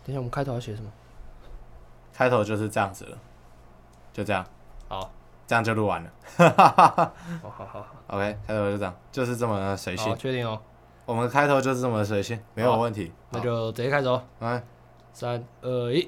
等一下，我们开头要写什么？ 开头就是这样子了，就这样。 好， 这样就录完了。 好。 OK， 开头就这样，就是这么随性。 好，确定哦。 我们开头就是这么随性，没有问题。 那就直接开始哦。 来 ，3、2、1。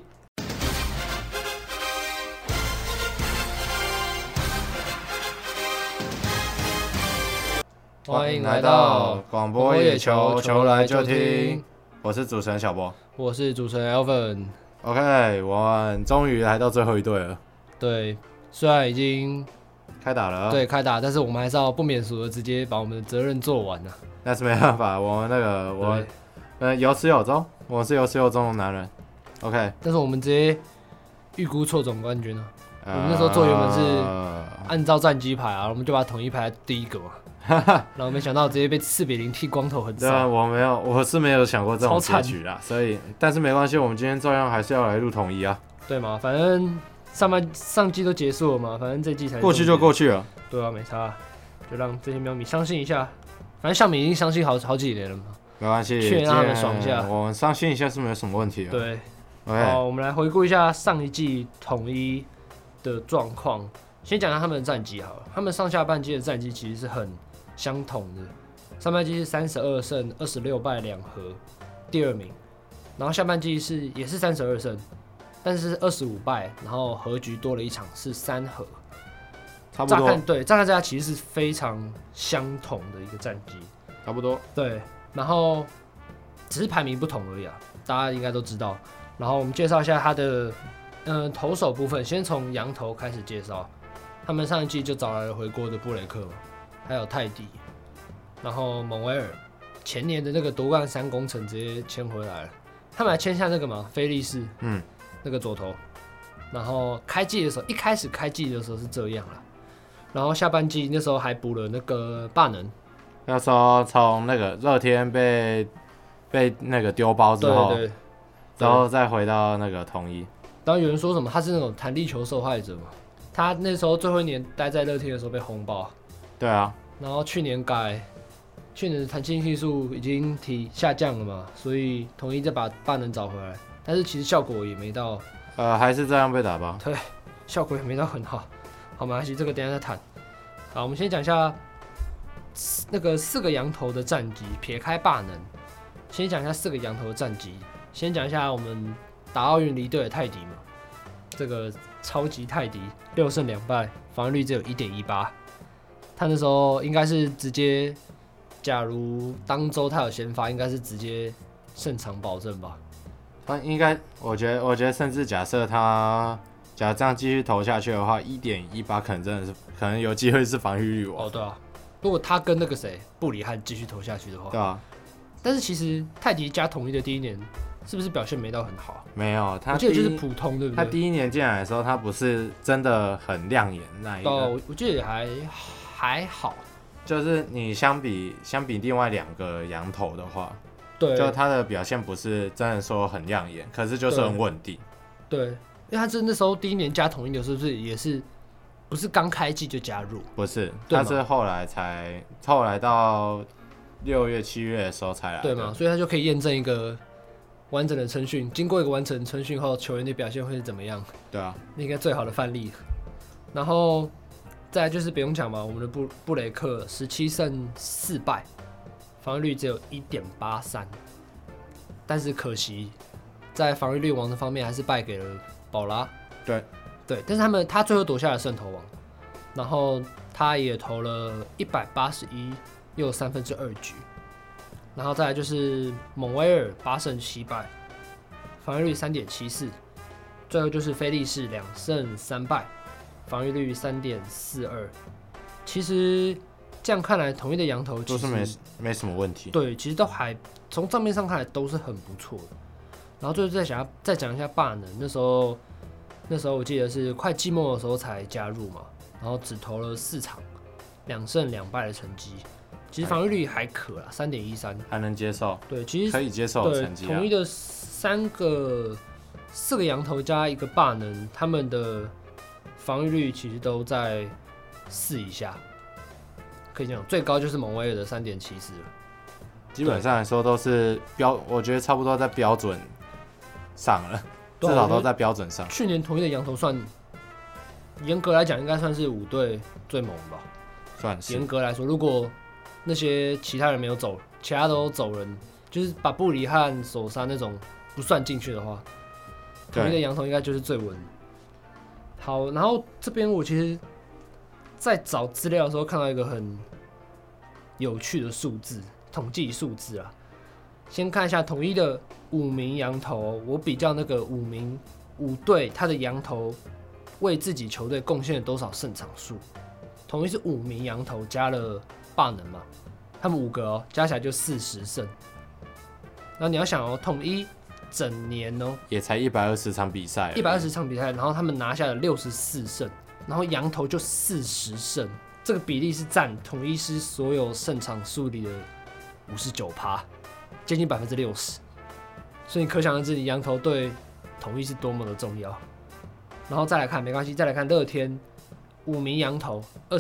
欢迎来到广播野球，球来就听。我是主持人小波， 我是主持人 Alvin。 OK， 我们终于来到最后一队了。 对，虽然已经开打了， 对，开打，但是我们还是要不免俗的直接把我们的责任做完啊。 那是没办法，我们那个有始有终，我是有始有终的男人。OK， 但是我们直接预估错总冠军了。我们那时候做原本是按照战绩排啊，我们就把统一排在第一个嘛。然后没想到直接被4-0剃光头，很对啊，我是没有想过这种结局啦，所以但是没关系，我们今天照样还是要来录统一啊。 对嘛，反正上季都结束了嘛，反正这季才过去就过去了。 对啊，没差，就让这些喵咪相信一下。反正象迷已经相信好几年了嘛， 没关系， 确让他们爽一下。 我们相信一下是没有什么问题的。 对， okay. 好，我们来回顾一下上一季统一的状况。先讲一下他们的战绩好了，他们上下半季的战绩其实是很相同的，上半季是32胜26败2和，第2名，然后下半季也是32胜，但是25败，然后和局多了一场是3和， 差不多。 乍看之下其实是非常相同的一个战绩， 差不多。 对，然后只是排名不同而已啊，大家应该都知道。然后我们介绍一下他的投手部分，先从洋投开始介绍。他们上一季就找来了回国的布雷克嘛，还有泰迪，然后蒙威尔，前年的那个夺冠3功臣直接签回来了。他们还签下那个嘛，菲利士，那个左投。然后一开始开季的时候是这样啦，然后下半季那时候还补了那个霸能。 那时候从那个乐天被那个丢包之后， 对， 然后再回到那个统一。 然后有人说什么他是那种弹力球受害者嘛？他那时候最后一年待在乐天的时候被轰爆。 对啊。 然后去年的弹性系数已经下降了嘛，所以统一再把霸能找回来，但是其实效果也没到， 还是这样被打爆。 对，效果也没到很好。好，没关系，这个等一下再谈。好，我们先讲一下那个4个洋投的战绩，撇开霸能，先讲一下4个洋投的战绩。先讲一下我们打奥运离队的泰迪嘛，这个超级泰迪6胜2败，防御率只有 1.18。他那时候应该是直接，假如当周他有先发，应该是直接胜场保证吧。 他应该，我觉得甚至假设这样继续投下去的话，1.18可能真的是可能有机会是防御率王。 哦，对啊，如果他跟那个谁布里汉继续投下去的话， 对啊。 但是其实泰迪加统一的第一年，是不是表现没到很好？ 没有，我记得就是普通，对不对？ 他第一年进来的时候，他不是真的很亮眼那一个。 我记得也还好， 就是你相比另外2个洋投的话， 对， 就他的表现不是真的说很亮眼，可是就是很稳定。 对，因为他那时候第一年加统一的时候，是不是也是不是刚开季就加入？ 不是，他是后来到6月7月的时候才来的， 对嘛？所以他就可以验证一个完整的春训，经过一个完整的春训后，球员的表现会是怎么样？ 对啊， 那应该最好的范例。然后再来就是不用讲嘛，我们的布雷克17胜4败，防御率只有 1.83， 但是可惜在防御率王的方面还是败给了宝拉。 对， 但是他最后夺下了胜投王，然后他也投了181又2/3局，然后再来就是蒙威尔8胜7败，防御率 3.74， 最后就是菲利士2胜3败，防御率 3.42。其实这样看来，统一的洋投都是没什么问题。 对，其实都还从账面上看来都是很不错的。然后最后再讲一下霸能，那时候我记得是快季末的时候才加入嘛，然后只投了4场，2胜2败的成绩。其实防御率还可啦，3.13， 还能接受。 对，其实可以接受的成绩。 统一的4个洋投加1个霸能，他们的防御率其实都在4以下，可以讲最高就是蒙威尔的3.74了。 基本上来说都是我觉得差不多在标准上了， 对啊至少都在标准上。 去年统一的羊头算严格来讲应该算是5队最猛吧。 算是严格来说，如果那些其他人没有走，其他都走人，就是把布里和手杀那种不算进去的话，统一的羊头应该就是最稳。好，然后这边我其实，在找资料的时候看到一个很有趣的数字，统计数字啊。先看一下统一的5名羊头，我比较那个5队他的羊头为自己球队贡献了多少胜场数。统一是5名羊头加了霸能嘛，他们5个加起来就40胜。然后你要想统一整年也才120场比赛 ，120场比赛，然后他们拿下了64胜，然后羊头就40胜，这个比例是占统一师所有胜场数里的59%，接近60%。所以你可想而知，你羊头对统一是多么的重要。然后再来看，没关系，再来看乐天5名羊头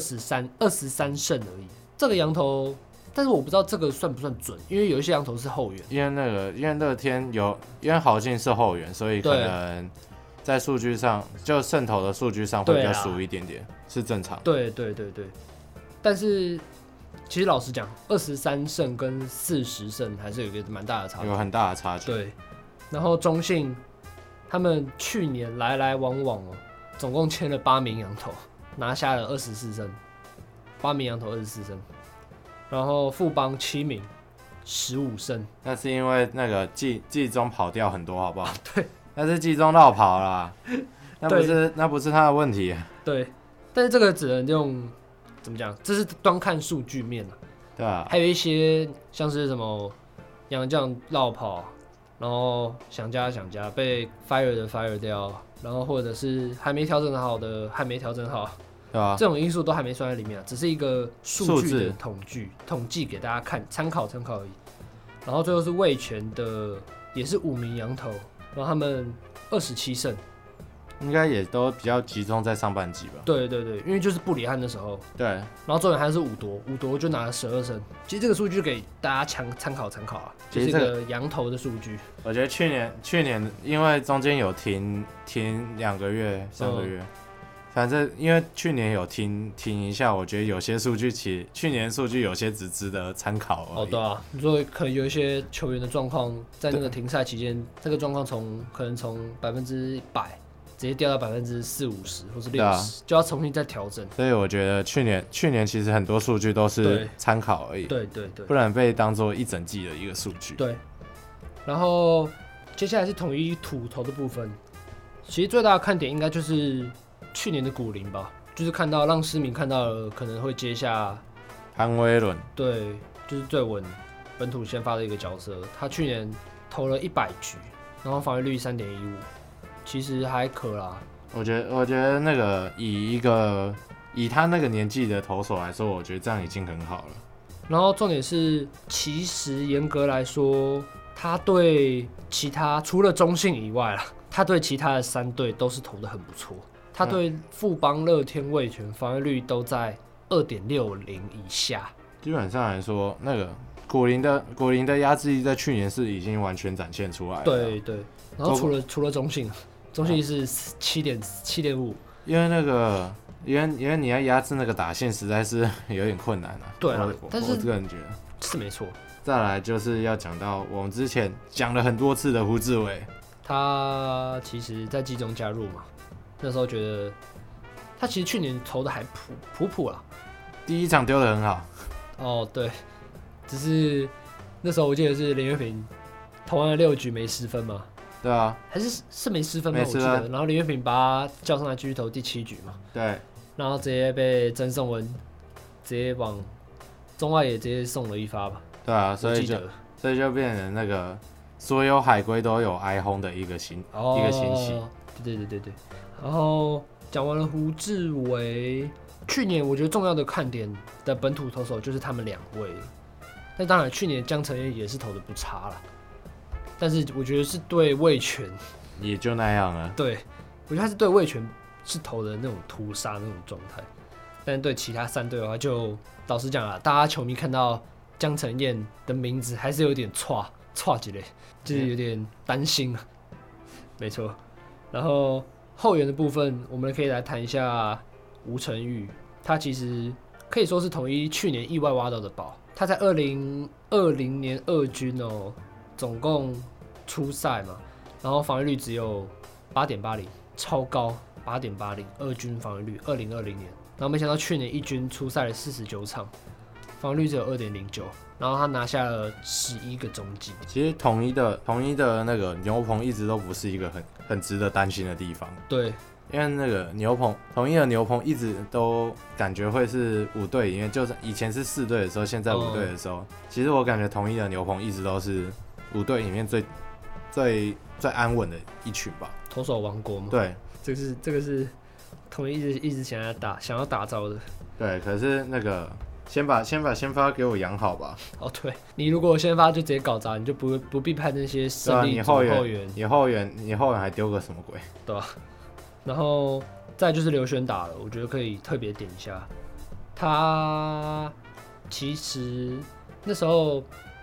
23胜而已，这个羊头。但是我不知道这个算不算准，因为有一些羊头是后援。 因为乐天因为豪进是后援，所以可能在数据上就胜投的数据上会比较输一点点，是正常。 对。但是其实老实讲，23胜跟40胜还是有一个蛮大的差距， 有很大的差距。 对。然后中信他们去年来来往往总共签了8名羊头，拿下了24胜，8名羊头24胜。然后富邦7名，15胜。 那是因为那个季中跑掉很多，好不好？ 对， 那是季中绕跑啦，那不是他的问题。 对，但是这个只能用怎么讲？这是端看数据面啊。 对啊。 还有一些像是什么洋将绕跑，然后想加被 fire 的 fire 掉，然后或者是还没调整好的还没调整好。 对啊， 这种因素都还没算在里面啊，只是一个数据的统计给大家看参考而已。然后最后是味全的，也是5名羊头，然后他们27胜， 应该也都比较集中在上半季吧。 对，因为就是布里汉的时候。对。然后重点还是五夺就拿了12胜。其实这个数据给大家参考啊，就是一个羊头的数据。 我觉得去年因为中间有停2个月3个月。反正因为去年有停一下，我觉得有些数据去年数据有些只值得参考而已。 对啊，你说可能有一些球员的状况在那个停赛期间，这个状况可能从100%直接掉到40%、50%或是60%，就要重新再调整。 所以我觉得去年其实很多数据都是参考而已， 对， 不然被当做一整季的一个数据。 对，然后接下来是统一土投的部分，其实最大的看点应该就是去年的古林吧，就是让市民看到了可能会接下潘威伦， 对，就是最稳本土先发的一个角色。他去年投了100局，然后防御率3.15，其实还可啦。 我觉得那个以他那个年纪的投手来说，我觉得这样已经很好了。 然后重点是，其实严格来说，他对其他除了中信以外啦，他对其他的3队都是投得很不错。他对富邦、乐天、味全防御率都在2.60以下。基本上来说，那个果林的压制力在去年是已经完全展现出来了。 对。然后除了中信是7.5， 因为你要压制那个打线实在是有点困难啊。 对啊，但是我个人觉得是没错。 再来就是要讲到我们之前讲了很多次的胡志伟， 他其实在季中加入嘛。那时候觉得他其实去年投的还普啦， 第一场丢的很好。 对，只是那时候我记得是林岳平投完了6局没失分嘛。 对啊， 还是没失分吗？我记得。然后林岳平把他叫上来继续投第7局嘛。 对。 然后直接被曾颂文直接往中外野直接送了一发吧。 对啊，所以就变成那个所有海龟都有哀轰的一个形式。 对。然后讲完了胡志伟，去年我觉得重要的看点的本土投手就是他们2位。但当然，去年江承彦也是投的不差啦，但是我觉得是对味全也就那样了。 对，我觉得他是对味全是投的那种屠杀那种状态，但是对其他3队的话，就老实讲啦，大家球迷看到江承彦的名字还是有点歘一类，就是有点担心啊。 没错。然后后援的部分，我们可以来谈一下吴承玉，他其实可以说是统一去年意外挖到的宝。他在2020年二军哦，总共出赛嘛，然后防御率只有8.80，超高8.80，二军防御率2020年。然后没想到去年一军出赛了49场，防御率只有2.09，然后他拿下了11个中继。 其实统一的那个牛棚一直都不是一个很值得担心的地方。 对， 因为那个统一的牛棚一直都感觉会是5队里面，就是以前是4队的时候，现在5队的时候，其实我感觉统一的牛棚一直都是5队里面最安稳的一群吧。 投手王国嘛。 对， 这个是统一一直想要打造的。 对，可是那个先把先发给我养好吧。 哦，对，你如果先发就直接搞砸，你就不必派那些胜利组后援。 你后援还丢个什么鬼？ 对吧？然后再就是刘轩打了，我觉得可以特别点一下。他其实那时候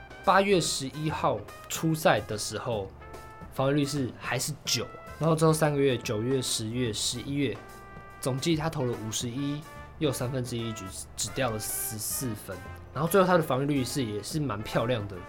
8月11号出赛的时候，防御率还是9，然后之后3个月9月、10月、11月，总计他投了51又1/3局，只掉了14分。然后最后他的防御率也是蛮漂亮的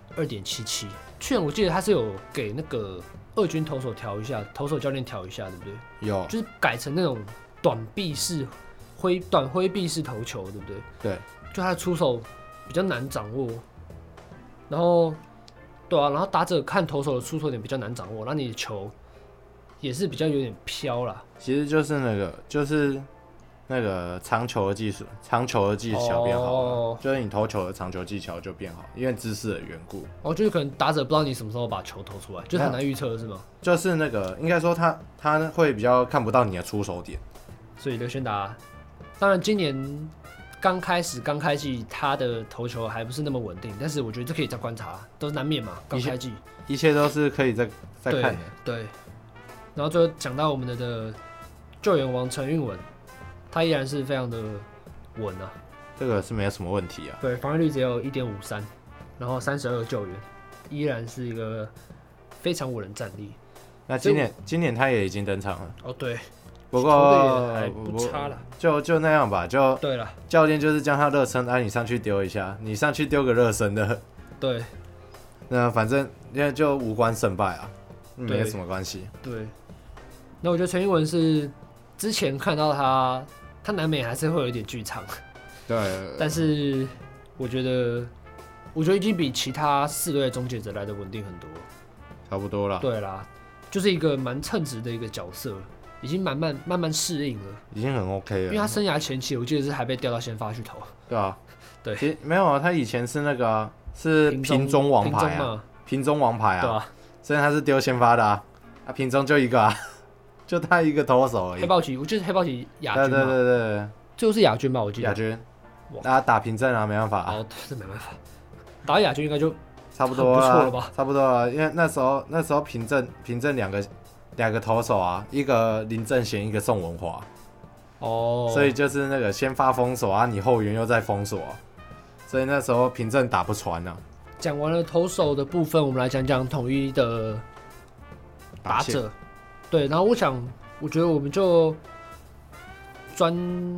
，2.77。去年我记得他是有给那个二军投手调一下，投手教练调一下，对不对？ 有， 就是改成那种短挥臂式投球，对不对？ 对， 就他的出手比较难掌握，然后对啊，然后打者看投手的出手点比较难掌握，然后你的球也是比较有点飘啦。 其实就是那个长球的技巧变好了，就是你投球的长球技巧就变好，因为姿势的缘故。 哦，就是可能打者不知道你什么时候把球投出来，就是很难预测，是吗？ 就是那个应该说他会比较看不到你的出手点。 所以刘轩达，当然今年刚开季他的投球还不是那么稳定，但是我觉得这可以再观察，都是难免嘛，刚开季一切都是可以再看的。 对。然后最后讲到我们的救援王陈韵文。他依然是非常的稳啊， 这个是没有什么问题啊。 对，防御率只有1.53，然后32救援，依然是一个非常稳的战力。 那今年他也已经登场了。 哦，对， 不过也还不差了， 就那样吧，就对了。 教练就是将他热身，你上去丢一下，你上去丢个热身的。 对， 那反正因为就无关胜败啊，没什么关系。 对，那我觉得陈英文是之前看到他难免还是会有一点剧场， 对， 但是我觉得已经比其他4队的终结者来的稳定很多， 差不多了。 对啦，就是一个蛮称职的一个角色，已经慢慢适应了， 已经很 OK 了。 因为他生涯前期我记得是还被调到先发去投， 对啊， 对， 其实没有啊，他以前是那个啊，是平中王牌啊，平中王牌啊， 对啊， 所以他是丢先发的啊，平中就一个啊。就他一个投手而已。 黑豹旗，我记得黑豹旗亚军嘛。 对， 最后是亚军吧，我记得。 亚军。打平阵啊，没办法。 哦，这没办法。打亚军应该就差不多不错了吧？ 差不多了，因为那时候平阵两个投手啊，一个林正贤，一个宋文华。 哦。 所以就是那个先发封锁啊，你后援又在封锁啊，所以那时候平阵打不穿啊。 讲完了投手的部分，我们来讲讲统一的打者。对，然后我觉得我们就专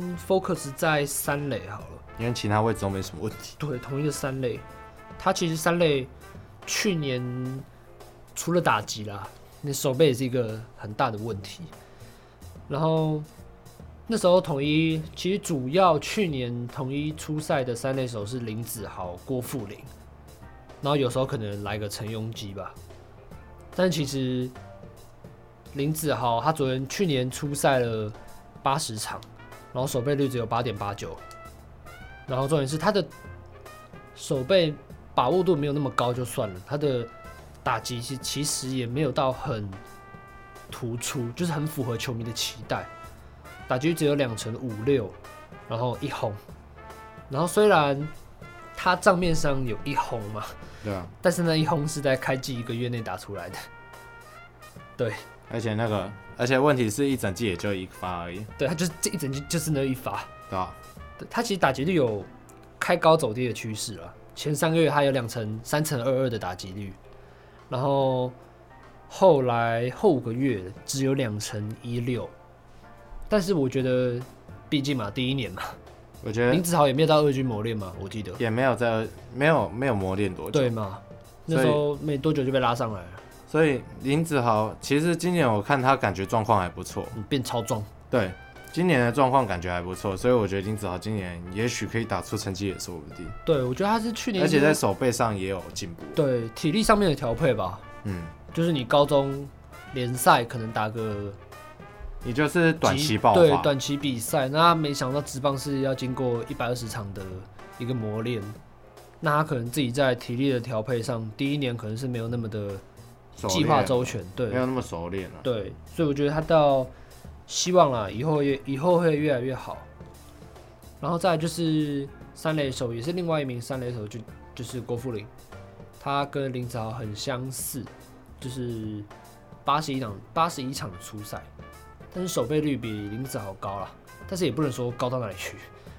focus 在三垒好了， 因为其他位置都没什么问题。 对，统一的三垒，他其实三垒去年除了打击啦，那手背也是一个很大的问题。然后那时候统一其实主要去年统一出赛的三垒手是林子豪、郭富林，然后有时候可能来个陈庸基吧，但其实。林子豪他去年出赛了80场，然后守备率只有8.89，然后重点是他的守备把握度没有那么高就算了，他的打击其实也没有到很突出，就是很符合球迷的期待，打击率只有2成56，然后1轰，然后虽然他账面上有1轰嘛， 对啊， 但是那1轰是在开季1个月内打出来的，对。 而且问题是一整季也就1发而已。 对，他就是这一整季就是那1发。 对啊。 他其实打击率有开高走低的趋势了。前3个月他有3成22的打击率，然后后来后5个月只有2成16，但是我觉得毕竟嘛第一年嘛， 我觉得林子豪也没有到2军磨练嘛，我记得也没有磨练多久， 对嘛，那时候没多久就被拉上来了， 所以林子豪其实今年我看他感觉状况还不错， 变超壮， 对，今年的状况感觉还不错，所以我觉得林子豪今年也许可以打出成绩也说不定。 对，我觉得他是去年， 而且在手背上也有进步， 对体力上面的调配吧，就是你高中联赛可能打个。 也就是短期爆发， 对短期比赛，那他没想到职棒是要经过120场的一个磨练，那他可能自己在体力的调配上，第一年可能是没有那么的计划周全，对， 没有那么熟练了， 对，所以我觉得他到希望啦，以后会越来越好。然后再来就是三垒手，也是另外一名三垒手，就是郭富林，他跟林子豪很相似，就是81场的出赛。但是守备率比林子豪高啦，但是也不能说高到哪里去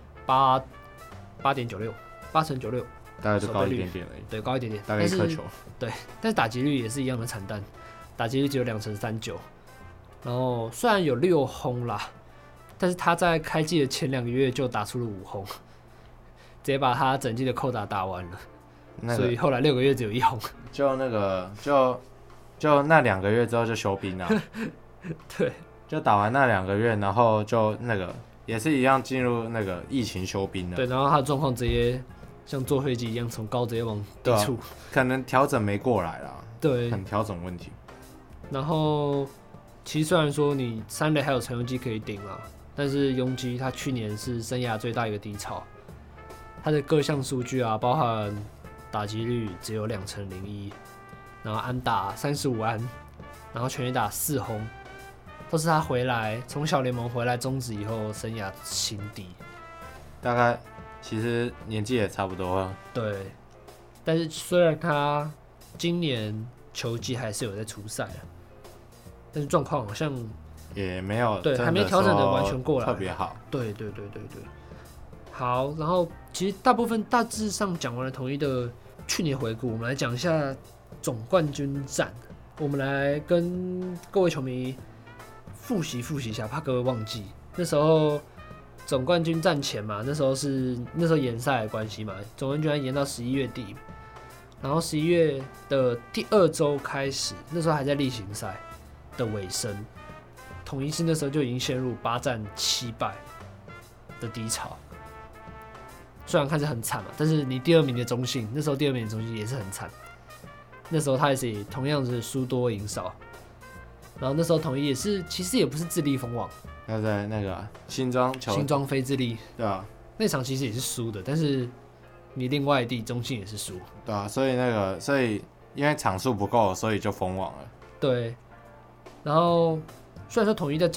，8.96，8成96， 大概就高一点点而已， 对，高一点点， 大概一颗球， 对，但是打击率也是一样的惨淡，打击率只有2成39，然后虽然有6轰啦，但是他在开季的前2个月就打出了5轰，直接把他整季的扣打完了，所以后来6个月只有1轰， 就那2个月之后就休兵了， 对。 就打完那2个月，然后就也是一样进入那个疫情休兵了。 对，然后他的状况直接像坐飞机一样从高直接往低处， 可能调整没过来啦。 对， 很调整问题。 然后其实虽然说你三垒还有陈鏞基可以顶啦，但是鏞基他去年是生涯最大一个低潮，他的各项数据啊，包含打击率只有2成01，然后安打35安，然后全垒打4轰。都是他从小联盟回来中职以后生涯新低， 大概其实年纪也差不多了。 对，但是虽然他今年球季还是有在出赛了，但是状况好像也没有对，还没调整的完全过来， 特别好。 对。好，然后其实大致上讲完了统一的去年回顾，我们来讲一下总冠军战，我们来跟各位球迷。复习一下，怕各位忘记。那时候总冠军战前嘛，那时候延赛的关系嘛，总冠军战延到11月底，然后11月的第2周开始，那时候还在例行赛的尾声，统一是那时候就已经陷入8战7败的低潮。虽然看着很惨嘛，但是你第2名的中信，那时候第2名的中信也是很惨，那时候他也是同样是输多赢少。然后那时候统一也是，其实也不是自立封王， 要在那个新庄非自立， 对啊， 那场其实也是输的，但是你另外一地中信也是输， 对啊，所以因为场数不够，所以就封王了。 对，然后虽然说统一在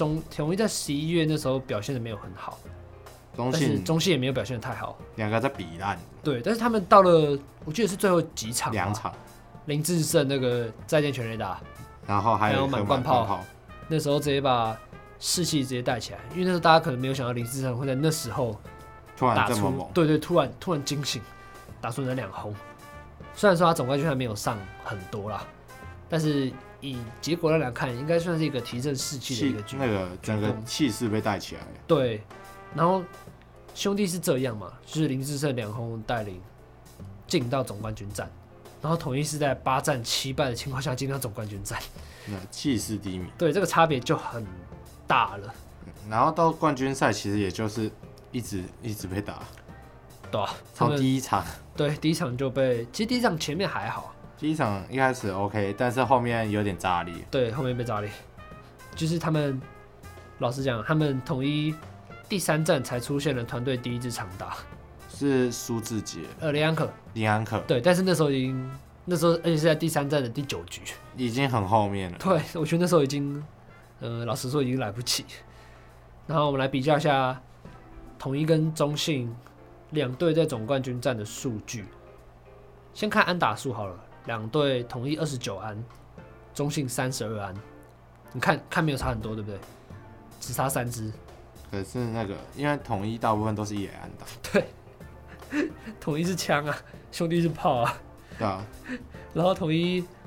11月那时候表现的没有很好，但是中信也没有表现的太好， 两个在比烂。 对，但是他们到了，我记得是最后几场 ，2场， 林智胜那个再见全垒打。 然后还有满贯炮，那时候直接把士气直接带起来，因为那时候大家可能没有想到林智胜会在那时候突然这么猛， 对，突然惊醒，打出那2轰。虽然说他总冠军还没有上很多啦，但是以结果来看，应该算是一个提振士气的一个那个整个气势被带起来。 对，然后兄弟是这样嘛，就是林智胜2轰带领进到总冠军战。然后统一是在8战7败的情况下进到总冠军战， 那气势低迷， 对，这个差别就很大了。 然后到冠军赛其实也就是一直被打， 对啊， 从第1场， 对，第1场就被，其实第1场前面还好， 第1场一开始 OK， 但是后面有点炸裂， 对，后面被炸裂，就是他们老实讲，他们统一第3战才出现了团队第1支长打。 是苏智杰， 林安可，对，但是那时候而且是在第3战的第9局， 已经很后面了。 对，我觉得那时候已经，老实说已经来不及。然后我们来比较一下统一跟中信2队在总冠军战的数据。先看安打数好了，2队统一29安，中信32安，你看没有差很多，对不对？只差3支。 可是因为统一大部分都是1垒安打， 对。统一是枪啊，兄弟是炮啊， 对啊。 然后统一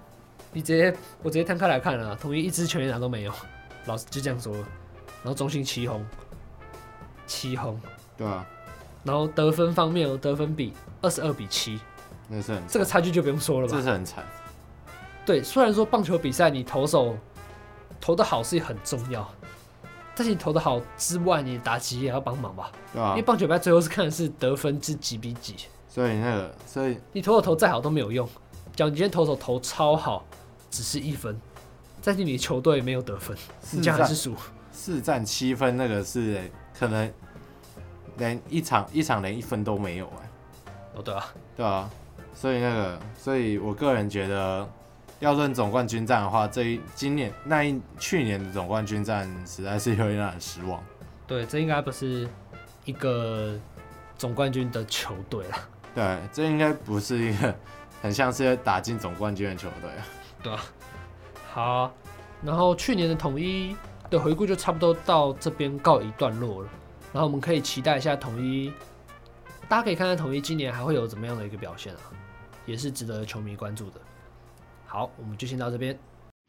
我直接摊开来看了，统一一支全垒打都没有，老师就这样说了。然后中信7轰， 对啊， 然后得分方面得分比22-7， 那是很这个差距就不用说了吧？ 这是很惨。 对，虽然说棒球比赛你投手投得好是很重要，但是你投得好之外，你打击也要帮忙吧？ 对啊因为，棒球比赛最后是看的是得分是几比几， 所以你投手投再好都没有用。假如你今天投手投超好，只是1分，但是你球队没有得分，你这样还是输。 4战7分，那个是可能连一场连1分都没有哦，对啊， 对啊，所以我个人觉得，要论总冠军战的话，去年的总冠军战实在是有点让人失望。 对，这应该不是一个总冠军的球队啦。 对，这应该不是一个很像是打进总冠军的球队。 对啊，好，然后去年的统一的回顾就差不多到这边告一段落了，然后我们可以期待一下统一，大家可以看看统一今年还会有怎么样的一个表现啊，也是值得球迷关注的。好，我们就先到这边。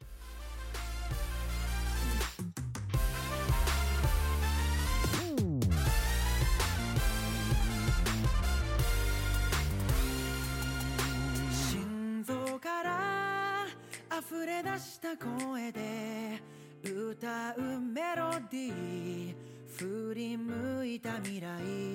心臓から溢れ出した声で歌うメロディー振り向いた未来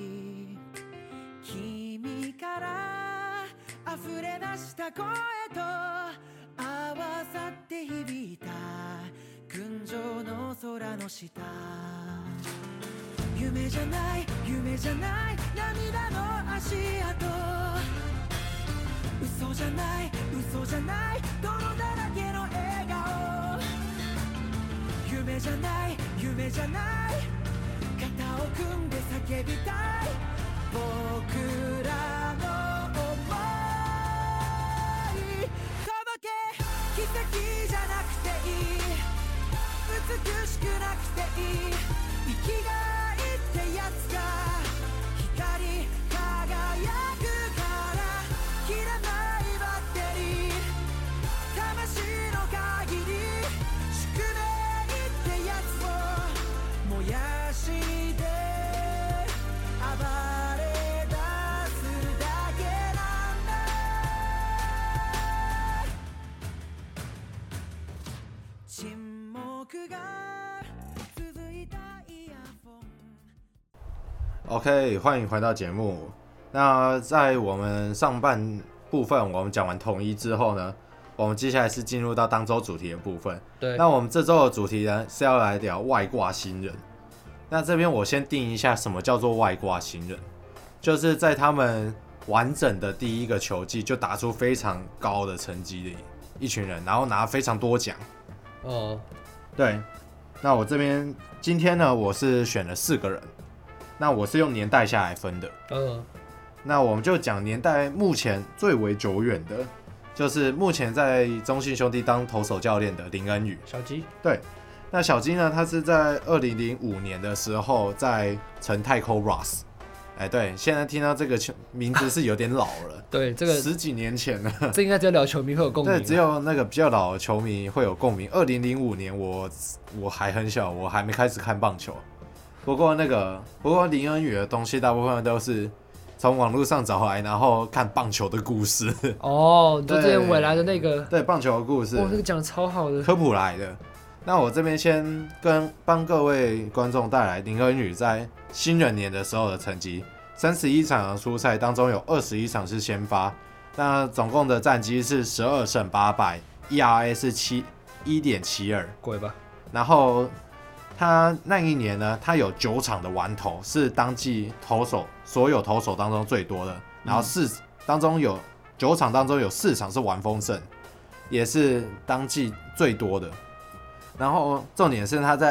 君から溢れ出した声と合わさって響いた群青の空の下夢じゃない涙の足跡嘘じゃない泥だらけの笑顔夢じゃない肩を組んで叫びたい僕らの想い届け奇跡じゃなくていい美しくなくていい生きがいってやつが光り輝くから切らないバッテリー魂の限り宿命ってやつを燃やして暴れ出すだけなんだ沈黙が続いたイヤフォン OK， 欢迎回到节目。那在我们上半部分我们讲完统一之后呢，我们接下来是进入到当周主题的部分。 对， 那我们这周的主题呢是要来聊外挂新人。那这边我先定一下什么叫做外挂新人，就是在他们完整的第一个球季就打出非常高的成绩的一群人，然后拿非常多奖。 哦， 对，那我这边今天呢，我是选了4个人，那我是用年代下来分的。那我们就讲年代目前最为久远的，就是目前在中信兄弟当投手教练的林恩宇。 小鸡， 对，那小鸡呢，他是在2005年的时候在成泰 Ross。对，现在听到这个名字是有点老了， 对，这个 10几年前了， 这应该只有老球迷会有共鸣。 对，只有那个比较老的球迷会有共鸣。2005年我还很小，我还没开始看棒球。不过林恩宇的东西大部分都是从网络上找来，然后看棒球的故事。 哦，你就之前未来的那个， 对，棒球的故事， 哇，那个讲的超好的， 科普来的。那我这边先帮各位观众带来林恩宇在新人年的时候的成绩：31场的出赛当中有21场是先发，那总共的战绩是12胜8败 ，ERA 是1.72， 鬼吧？ 然后他那一年呢，他有9场的完投，是当季所有投手当中最多的。然后9场当中有4场是完封胜，也是当季最多的。然后重点是他在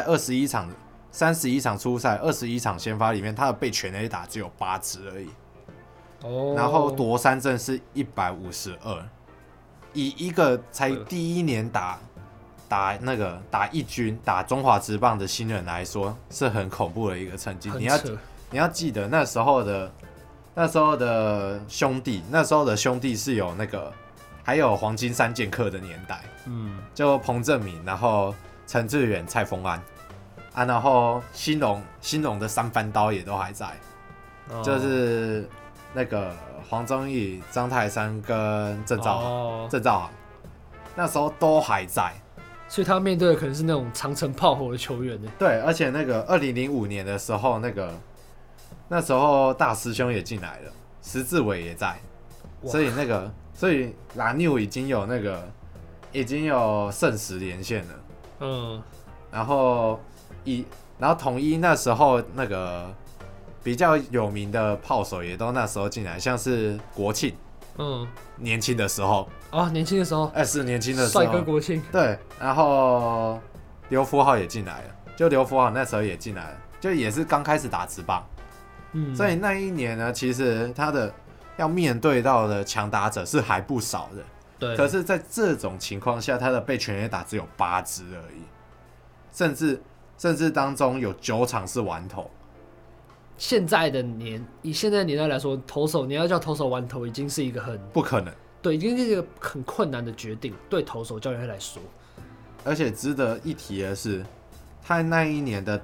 31场出赛，21场先发里面，他的被全垒打只有8支而已。 哦， 然后夺三振是152，以一个才第一年打一军打中华职棒的新人来说，是很恐怖的一个成绩。你要记得那时候的兄弟是有那个还有黄金三剑客的年代，就彭政闵，然后陈志远、蔡丰安啊，然后兴隆的三番刀也都还在，就是那个黄宗义、张泰山跟郑兆航，那时候都还在。 所以他面对的可能是那种长城炮火的球员呢。 对，而且那个2005年的时候，那时候大师兄也进来了，石志伟也在，所以拉纽已经有圣石连线了。然后统一那时候那个比较有名的炮手也都那时候进来，像是国庆，年轻的时候年轻的时候， 是年轻的时候， 帅哥国庆， 对，然后刘福豪也进来了，就刘福豪那时候也进来了，就也是刚开始打职棒，所以那一年呢，其实他的要面对到的强打者是还不少的， 对， 可是，在这种情况下，他的被全垒打只有8支而已，甚至当中有9场是完投。 以现在的年代来说，投手你要叫投手完投，已经是一个很不可能， 对，已经是一个很困难的决定，对投手教练来说。 而且值得一提的是，他那一年的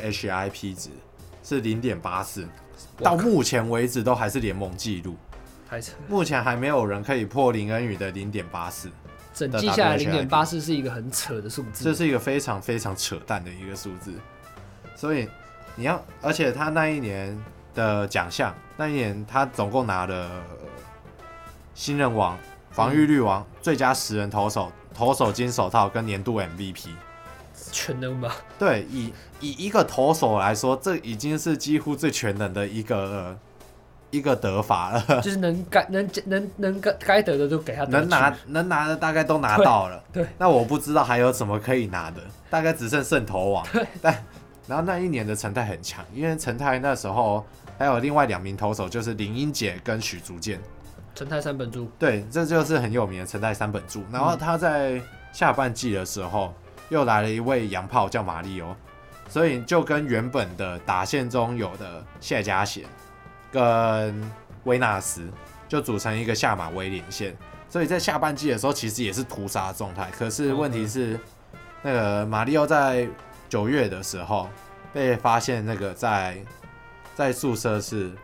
WHIP 值是0.84，到目前为止都还是联盟纪录。目前还没有人可以破林恩宇的0.84， 整季下来0.84是一个很扯的数字， 这是一个非常非常扯淡的一个数字。所以而且他那一年的奖项，那一年他总共拿了新人王、防御率王、最佳10人投手、投手金手套跟年度 MVP， 全能吧？ 对，以一个投手来说，这已经是几乎最全能的一个得法了， 就是能该得的都给他得， 能拿的大概都拿到了。 对， 那我不知道还有什么可以拿的，大概只剩胜投王。对，然后那一年的陈泰很强，因为陈泰那时候还有另外2名投手，就是林英杰跟许竹健。 陈泰三本柱， 对，这就是很有名的陈泰三本柱。然后他在下半季的时候又来了一位洋炮叫马里欧，所以就跟原本的打线中有的谢家贤跟威纳斯就组成一个下马威连线，所以在下半季的时候其实也是屠杀的状态。可是问题是，那个马里奥在9月的时候被发现，那个在宿舍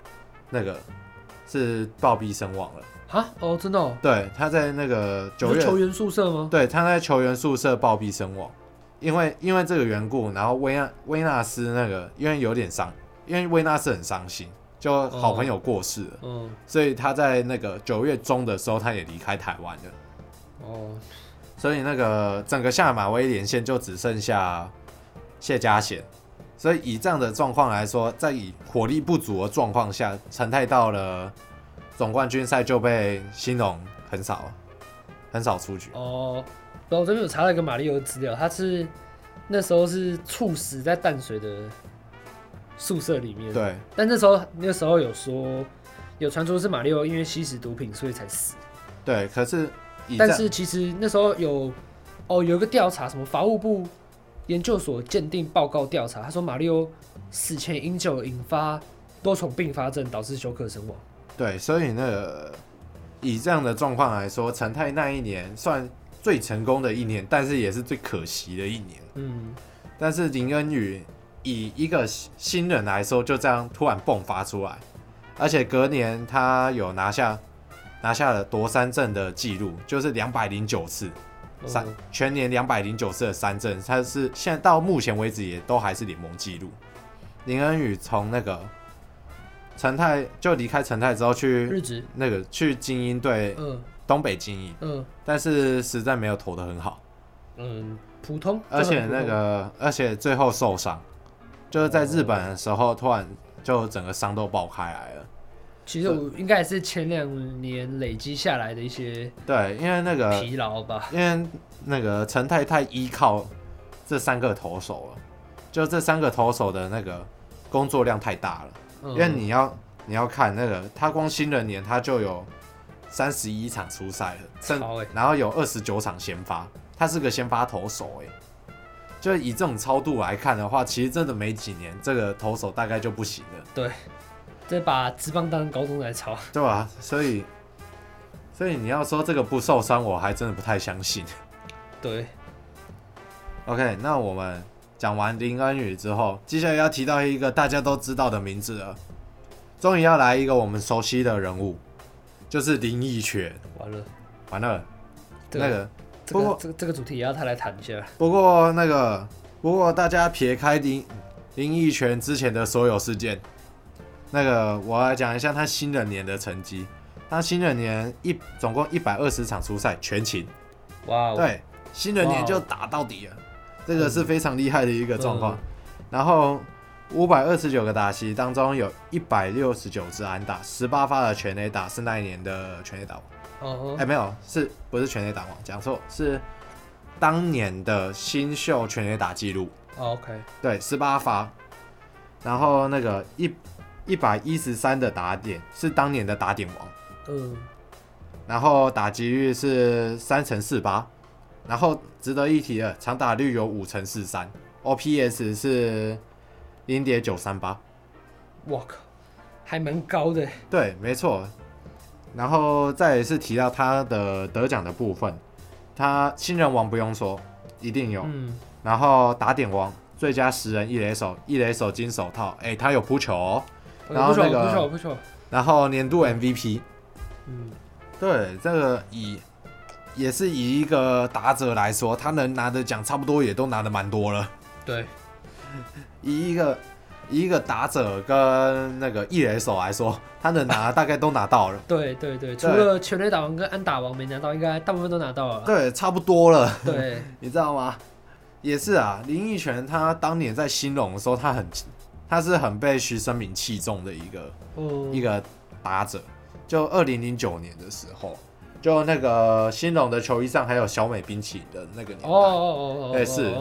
是暴毙身亡了。 真的哦。 对，他在那个9月球员宿舍吗？ 对，他在球员宿舍暴毙身亡，因为这个缘故，然后威纳斯那个因为威纳斯很伤心。就好朋友过世了，所以他在那个9月中的时候，他也离开台湾了。所以那个整个下马威连线就只剩下谢家贤。所以以这样的状况来说，在以火力不足的状况下，陈泰到了总冠军赛就被兴隆很少出局。 我这边有查了一个马里欧的资料，他是那时候是猝死在淡水的宿舍里面， 对，但那时候有传出是马里奥因为吸食毒品所以才死， 对，可是但是其实那时候有一个调查，什么法务部研究所鉴定报告调查，他说马里奥死前饮酒引发多重并发症，导致休克身亡。 对，所以以这样的状况来说，陈泰那一年算最成功的一年，但是也是最可惜的一年。但是林恩宇以一个新人来说，就这样突然迸发出来，而且隔年他有拿下了夺三振的记录，就是209次，全年209次的三振，他是现在到目前为止也都还是联盟纪录。林恩宇从那个陈泰就离开陈泰之后去日职去精英队，东北精英，但是实在没有投得很好， 普通， 而且最后受伤。就是在日本的时候，突然就整个伤都爆开来了。 其实我应该也是前2年累积下来的一些对，因为那个疲劳吧。因为那个陈泰太依靠这3个投手了，就这3个投手的那个工作量太大了。因为你要看那个他光新人年他就有31场出赛了，然后有29场先发，他是个先发投手就以这种超度来看的话，其实真的没几年，这个投手大概就不行了。 对，这把职棒当高中来炒， 对吧？所以所以你要说这个不受伤，我还真的不太相信。 对， OK， 那我们讲完林恩宇之后，接下来要提到一个大家都知道的名字了，终于要来一个我们熟悉的人物，就是林奕泉。完了，那个不过这个主题也要他来谈一下。 不过大家撇开林奕泉之前的所有事件，我来讲一下他新人年的成绩。他新人年总共120场出赛全勤， 哇， 对，新人年就打到底了，这个是非常厉害的一个状况。然后529个打席当中有169支安打，18发的全垒打，是那一年的全垒打王。没有，不是全垒打王？讲错，是当年的新秀全垒打纪录。 OK， 对，18发。然后113的打点是当年的打点王。然后打击率是3.48%，然后值得一提的，长打率有5.43%，OPS 是0.938。 哇靠，还蛮高的。 对，没错。然后再也是提到他的得奖的部分，他新人王不用说，一定有。然后打点王、最佳10人一垒手金手套，他有扑球哦。然后不错。 然后年度 MVP。对，这个也是以一个打者来说，他能拿的奖差不多也都拿的蛮多了。 对， 以一个打者跟一垒手来说，他能拿大概都拿到了。 对，除了全垒打王跟安打王没拿到，应该大部分都拿到了。 对，差不多了。 对， 你知道吗？也是啊，林奕泉他当年在兴隆的时候，他是很被徐生敏器重的一个打者。就2009年的时候，就兴隆的球衣上还有小美冰淇淋的那个年代。对，是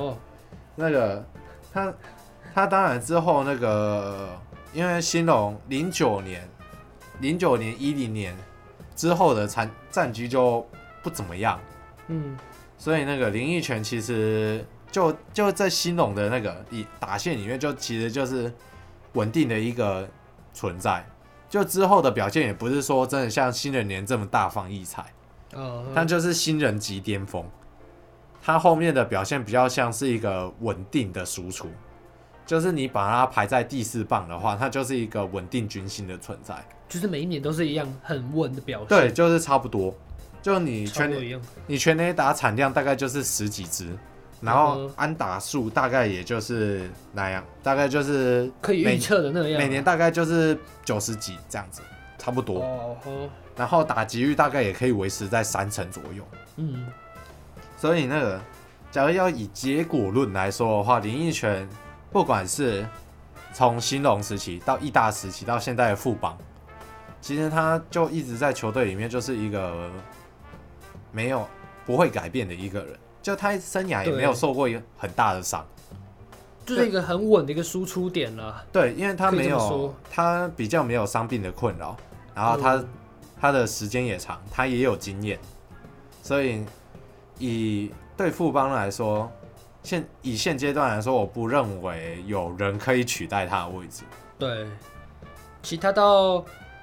他当然之后因为兴隆09年、10年之后的战绩就不怎么样，所以林奕泉其实就在兴隆的打线里面，其实就是稳定的一个存在。就之后的表现也不是说真的像新人年这么大放异彩，他就是新人级巅峰。他后面的表现比较像是一个稳定的输出，就是你把它排在第4棒的话，它就是一个稳定军心的存在， 就是每一年都是一样很稳的表现。 对，就是差不多。就你全垒打产量大概就是10几支，然后安打数大概也就是那样，大概就是可以预测的那样， 每年大概就是90几这样子，差不多。然后打击率大概也可以维持在3成左右。所以假如要以结果论来说的话，林奕泉不管是从兴隆时期到义大时期到现在的富邦，其实他就一直在球队里面就是一个不会改变的一个人。就他生涯也没有受过一个很大的伤， 就是一个很稳的一个输出点了。 对，因为他比较没有伤病的困扰，然后他的时间也长，他也有经验，所以对富邦来说，以现阶段来说，我不认为有人可以取代他的位置。 对，其实他到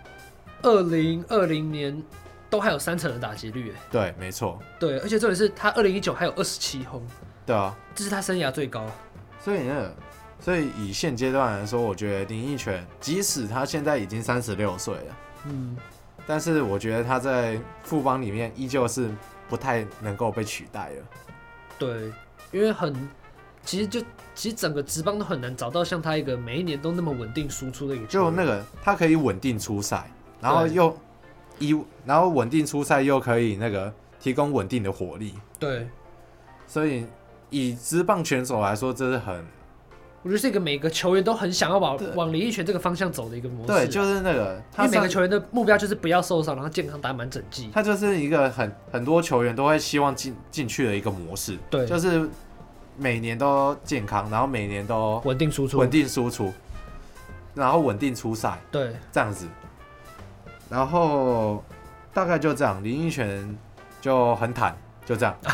2020年。都还有3成的打击率。 对，没错。 对，而且重点是他2019还有27轰。 对啊， 这是他生涯最高。 所以以现阶段来说，我觉得林奕泉即使他现在已经36岁了，但是我觉得他在富邦里面依旧是不太能够被取代了。 对，因为其实整个职棒都很难找到像他一个每一年都那么稳定输出的一个球员。 就他可以稳定出赛，然后稳定出赛又可以提供稳定的火力。对，所以以职棒选手来说，这是我觉得是一个每个球员都很想要往林奕泉这个方向走的一个模式。 对，就是因为每个球员的目标就是不要受伤，然后健康打满整季。 他就是一个很多球员都会希望进去的一个模式。对，就是每年都健康，然后每年都稳定输出， 然后稳定出赛。对，这样子。然后大概就这样，林奕泉就很坦，就这样。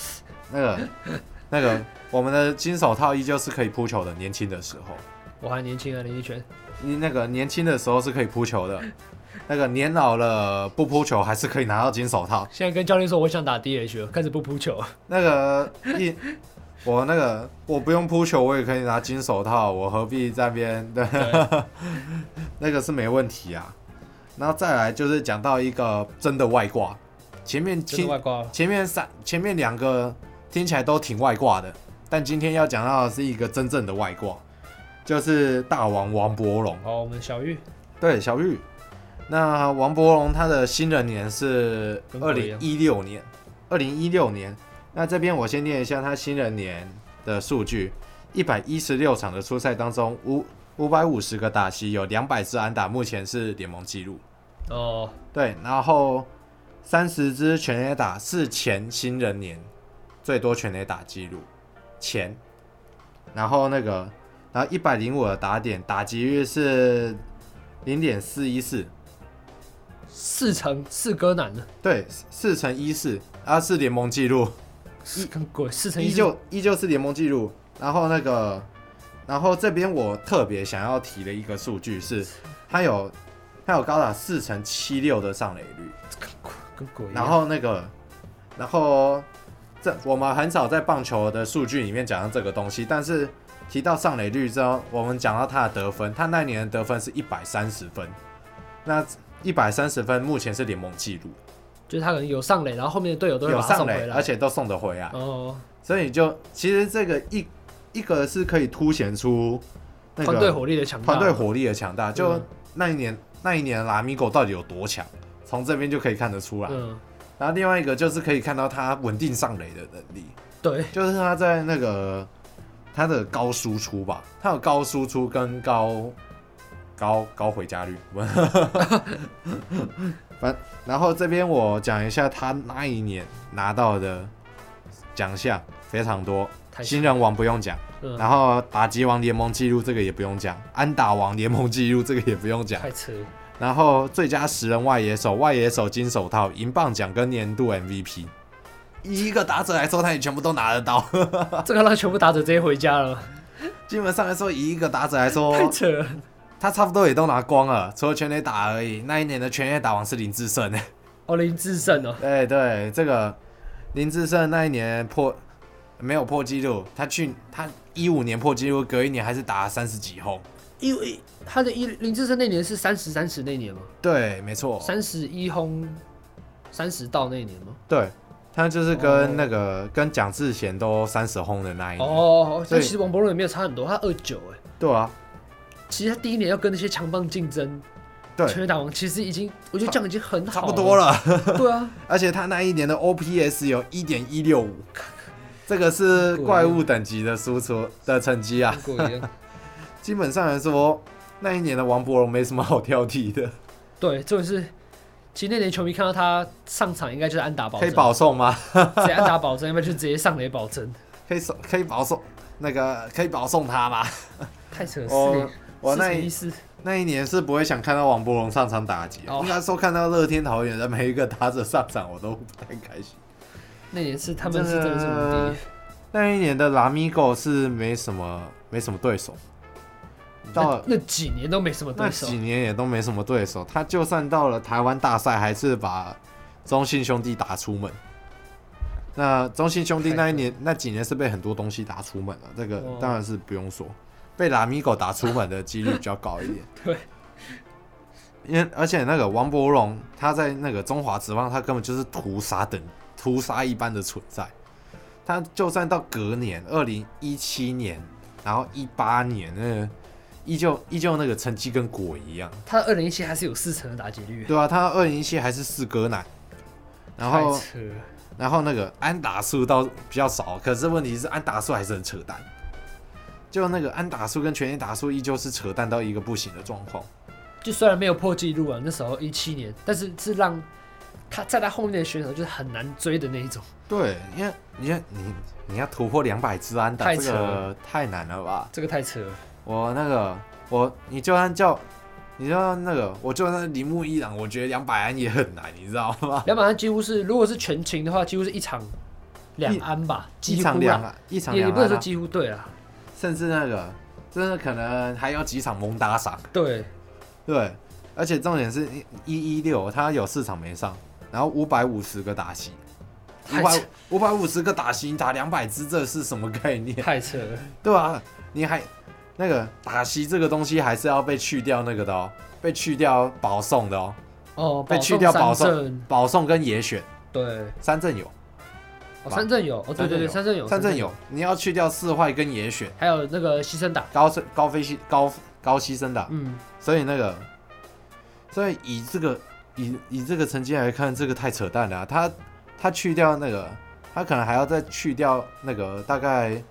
我们的金手套依旧是可以扑球的，年轻的时候。 我还年轻啊，林奕泉。 你年轻的时候是可以扑球的， 那个年老了不扑球还是可以拿到金手套。 现在跟教练说我想打 DH 了，开始不扑球。 那个我不用扑球，我也可以拿金手套，我何必在那边？对，那个是没问题啊。然后再来就是讲到一个真的外挂，前面两个听起来都挺外挂的，但今天要讲到的是一个真正的外挂，就是大王王柏融。 好，我们小玉。 对，小玉。那王柏融他的新人年是2016年。那这边我先念一下他新人年的数据：116场的出赛当中，550个打席，有200支安打，目前是联盟纪录。 哦， 对，然后30支全垒打是前新人年最多全垒打纪录前。然后105的打点，打击率是0.414。 4割男的， 对，4×14，是联盟纪录， 更贵，4×14， 依旧是联盟纪录。然后这边我特别想要提的一个数据是，他有高达4×76的上垒率， 更贵。 然后我们很少在棒球的数据里面讲到这个东西，但是提到上垒率之后，我们讲到他的得分，他那年的得分是130分，那130分目前是联盟纪录， 就是他可能有上垒，然后后面的队友都会把他送回来， 而且都送得回来。 哦， 所以其实这个一个是可以凸显出那个团队火力的强大， 就那一年的拉米狗到底有多强，从这边就可以看得出来。然后另外一个就是可以看到他稳定上垒的能力，对，就是他在他的高输出吧，他有高输出跟高回家率。然后这边我讲一下他那一年拿到的奖项非常多，新人王不用讲，然后打击王联盟纪录这个也不用讲，安打王联盟纪录这个也不用讲， 太扯。 然后最佳10人外野手金手套、银棒奖跟年度 MVP， 以一个打者来说，他也全部都拿得到。 这个让全部打者直接回家了。 基本上来说，以一个打者来说， 太扯了。 他差不多也都拿光了，除了全垒打而已。那一年的全垒打王是林智胜。 哦，林智胜哦。 对，这个林智胜那一年没有破纪录，他15年破纪录，隔一年还是打了30几轰。 因为他的林智胜那年是30那年吗？ 对，没错。 31轰30到那年吗？ 对，他就是跟蒋志贤都30轰的那一年。 哦，但其实王柏融也没有差很多，他29哎。 对啊。 其实他第一年要跟那些强棒竞争， 对， 全垒打王其实我觉得这样已经很好了， 差不多了。 对啊， 而且他那一年的 OPS 有1.165，这个是怪物等级的输出的成绩啊。基本上来说，那一年的王柏融没什么好挑剔的。对， 这种是，其实那年球迷看到他上场，应该就是安打保证， 可以保送吗？ 直接安打保证，要不然就直接上垒保证。 可以保送可以保送他吗？ 太扯了。 我那一年是不会想看到王柏融上场打击，应该说看到乐天桃园的每一个打者上场，我都不太开心。 那年是他们是真的是无敌。 那一年的拉米狗是没什么对手。 那几年都没什么对手， 那几年也都没什么对手。他就算到了台湾大赛，还是把中信兄弟打出门。那中信兄弟那几年是被很多东西打出门了，这个当然是不用说。被拉米狗打出门的几率比较高一点。 对， 而且王柏融他在中华职棒，他根本就是屠杀一般的存在。他就算到隔年2017年，然后18年依旧那个成绩跟鬼一样。 他2017还是有40%的打击率。 对啊，他2017还是4割男。然后安打数倒比较少，可是问题是安打数还是很扯淡。就安打数跟全垒打数依旧是扯淡到一个不行的状况。 就虽然没有破纪录啊，那时候17年，但是让他在他后面的选手就是很难追的那一种。 对，因为你要突破200支安打，这个太难了吧？ 这个太扯了。 你就算我就算铃木一朗，我觉得200安也很难，你知道吗 ？200安几乎是，如果是全勤的话，几乎是1场2安吧， 一场2安， 也不能说几乎对啦。 甚至真的可能还有几场蒙打赏。 对， 而且重点是116，他有4场没上，然后550个打席，550个打席，你打200支，这是什么概念？ 太扯了。 对啊，你还那个打席这个东西还是要被去掉那个的哦，被去掉保送的哦。 哦， 被去掉保送跟野选， 对三振有。 哦，三振有，哦，对对对，三振有， 三振有，你要去掉4坏跟野选， 还有那个牺牲打， 高牺牲打，所以以这个成绩来看，这个太扯淡了啊、他去掉那个，他可能还要再去掉那个大概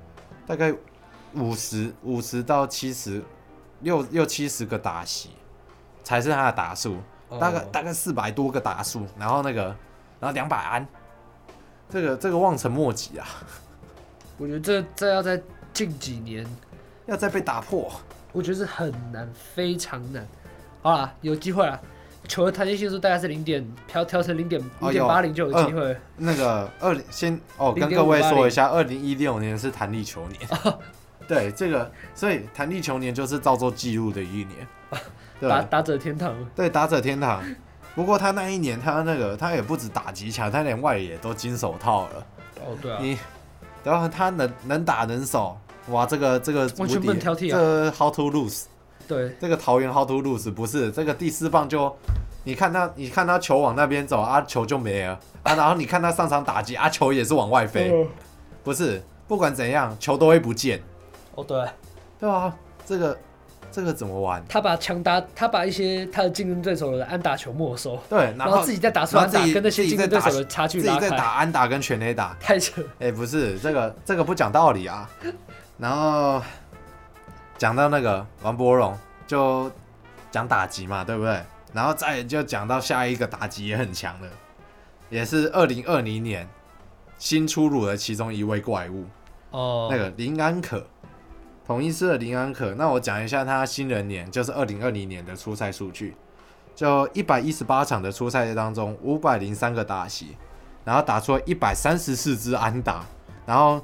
50到70，六70个打席，才是他的打数，大概400多个打数，然后200安。这个望尘莫及啊！ 我觉得这要在近几年要再被打破， 我觉得是很难，非常难。好啦，有机会啦。球的弹性系数大概是调成0.80就有机会。 那个跟各位说一下，2016年是弹力球年。对，所以弹力球年就是造作纪录的一年。 打者天堂。对， 打者天堂。不过他那一年，他也不止打击强，他连外野都金手套了。 哦，对啊。 然后他能打能守，哇，这个完全不能挑剔啊。 这 how to lose？ 对， 这个桃园 how to lose 不是这个第4棒就，你看他球往那边走啊，球就没了啊，然后你看他上场打击啊，球也是往外飞，不是，不管怎样，球都会不见。 哦，对。 对啊，这个怎么玩？ 他把一些他的竞争对手的安打球没收， 对， 然后自己再打出安打，跟那些竞争对手的差距拉开， 自己在打安打跟全垒打， 太扯。 不是这个不讲道理啊。然后讲到那个王柏融，就讲打击嘛，对不对？然后再就讲到下一个打击也很强的，也是2020年新出炉的其中一位怪物哦，那个林安可。统一狮的林安可，那我讲一下他新人年，就是2020年的出赛数据，就118场的出赛当中，503个打席，然后打出了134支安打，然后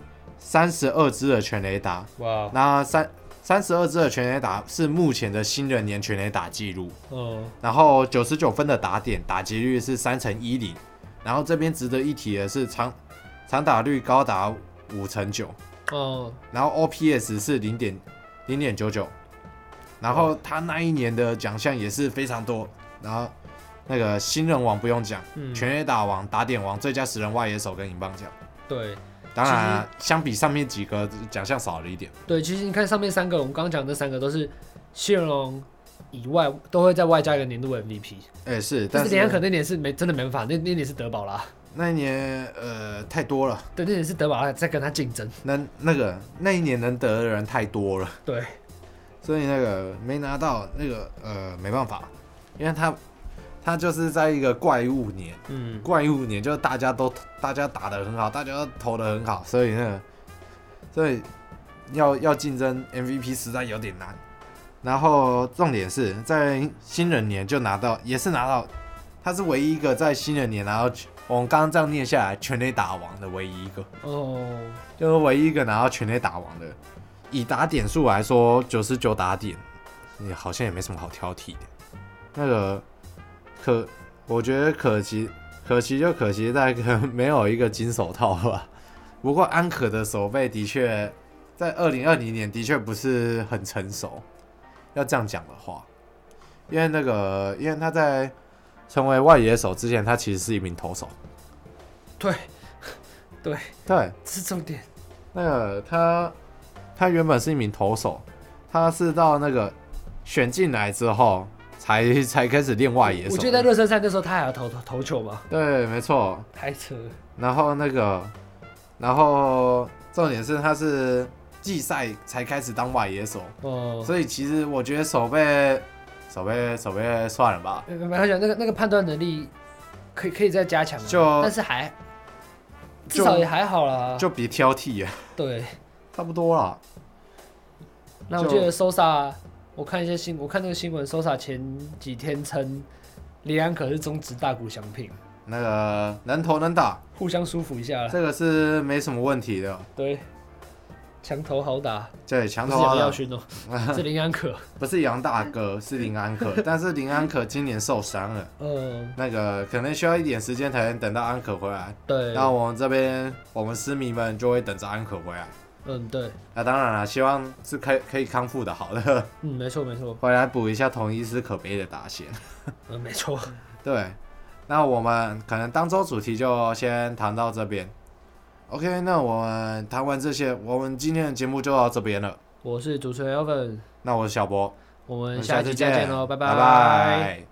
32支的全垒打，哇，那32支的全垒打是目前的新人年全垒打纪录，然后99分的打点，打击率是3.10%，然后这边值得一提的是长打率高达5.9%。然后 OPS 是0.99，然后他那一年的奖项也是非常多，然后那个新人王不用讲，全垒打王、打点王、最佳10人外野手跟银棒奖。对，当然相比上面几个奖项少了一点。对，其实你看上面3个，我们刚刚讲的这3个都是新人王以外，都会再外加一个年度 MVP。是，但是林安可那年是真的没办法，那年是德保拉。那一年太多了，对，那年是德保拉在跟他竞争，那一年能得的人太多了，对，所以没拿到没办法，因为他就是在一个怪物年，怪物年就是大家打得很好，大家都投得很好，所以要竞争 MVP 实在有点难。然后重点是在新人年就也是拿到，他是唯一一个在新人年拿到。我们刚刚这样念下来，全垒打王的唯一一个就是唯一一个拿到全垒打王的。以打点数来说，99打点，你好像也没什么好挑剔的。我觉得可惜就可惜在没有一个金手套吧。不过安可的手背的确在2020年的确不是很成熟，要这样讲的话，因为他在成为外野手之前，他其实是一名投手。对，这是重点。他原本是一名投手，他是到选进来之后才开始练外野手。我觉得在热身赛那时候他还要投球嘛。对，没错。太扯。然后重点是他是季赛才开始当外野手，所以其实我觉得手背算了吧。没关系，那个判断能力可以再加强，但是至少也还好啦。就别挑剔啊。对，差不多啦。那我记得Sosa，我看那个新闻，Sosa前几天称李安可是中职大谷翔平，能投能打，互相舒服一下了。这个是没什么问题的。对。 墙头好打， 对，墙不是杨耀头好打， 勋哦，是林安可。 不是杨大哥，是林安可，但是林安可今年受伤了，那个可能需要一点时间才能等到安可回来。 对， 那我们这边我们狮迷们就会等着安可回来。 对， 那当然了，希望是可以康复的好的， 没错， 回来补一下同一师可悲的打线。 没错。 对，那我们可能当周主题就先谈到这边。OK， 那我们谈完这些，我们今天的节目就到这边了。 我是主持人 Elvin， 那我是小博， 我们下期再见喽，拜拜拜。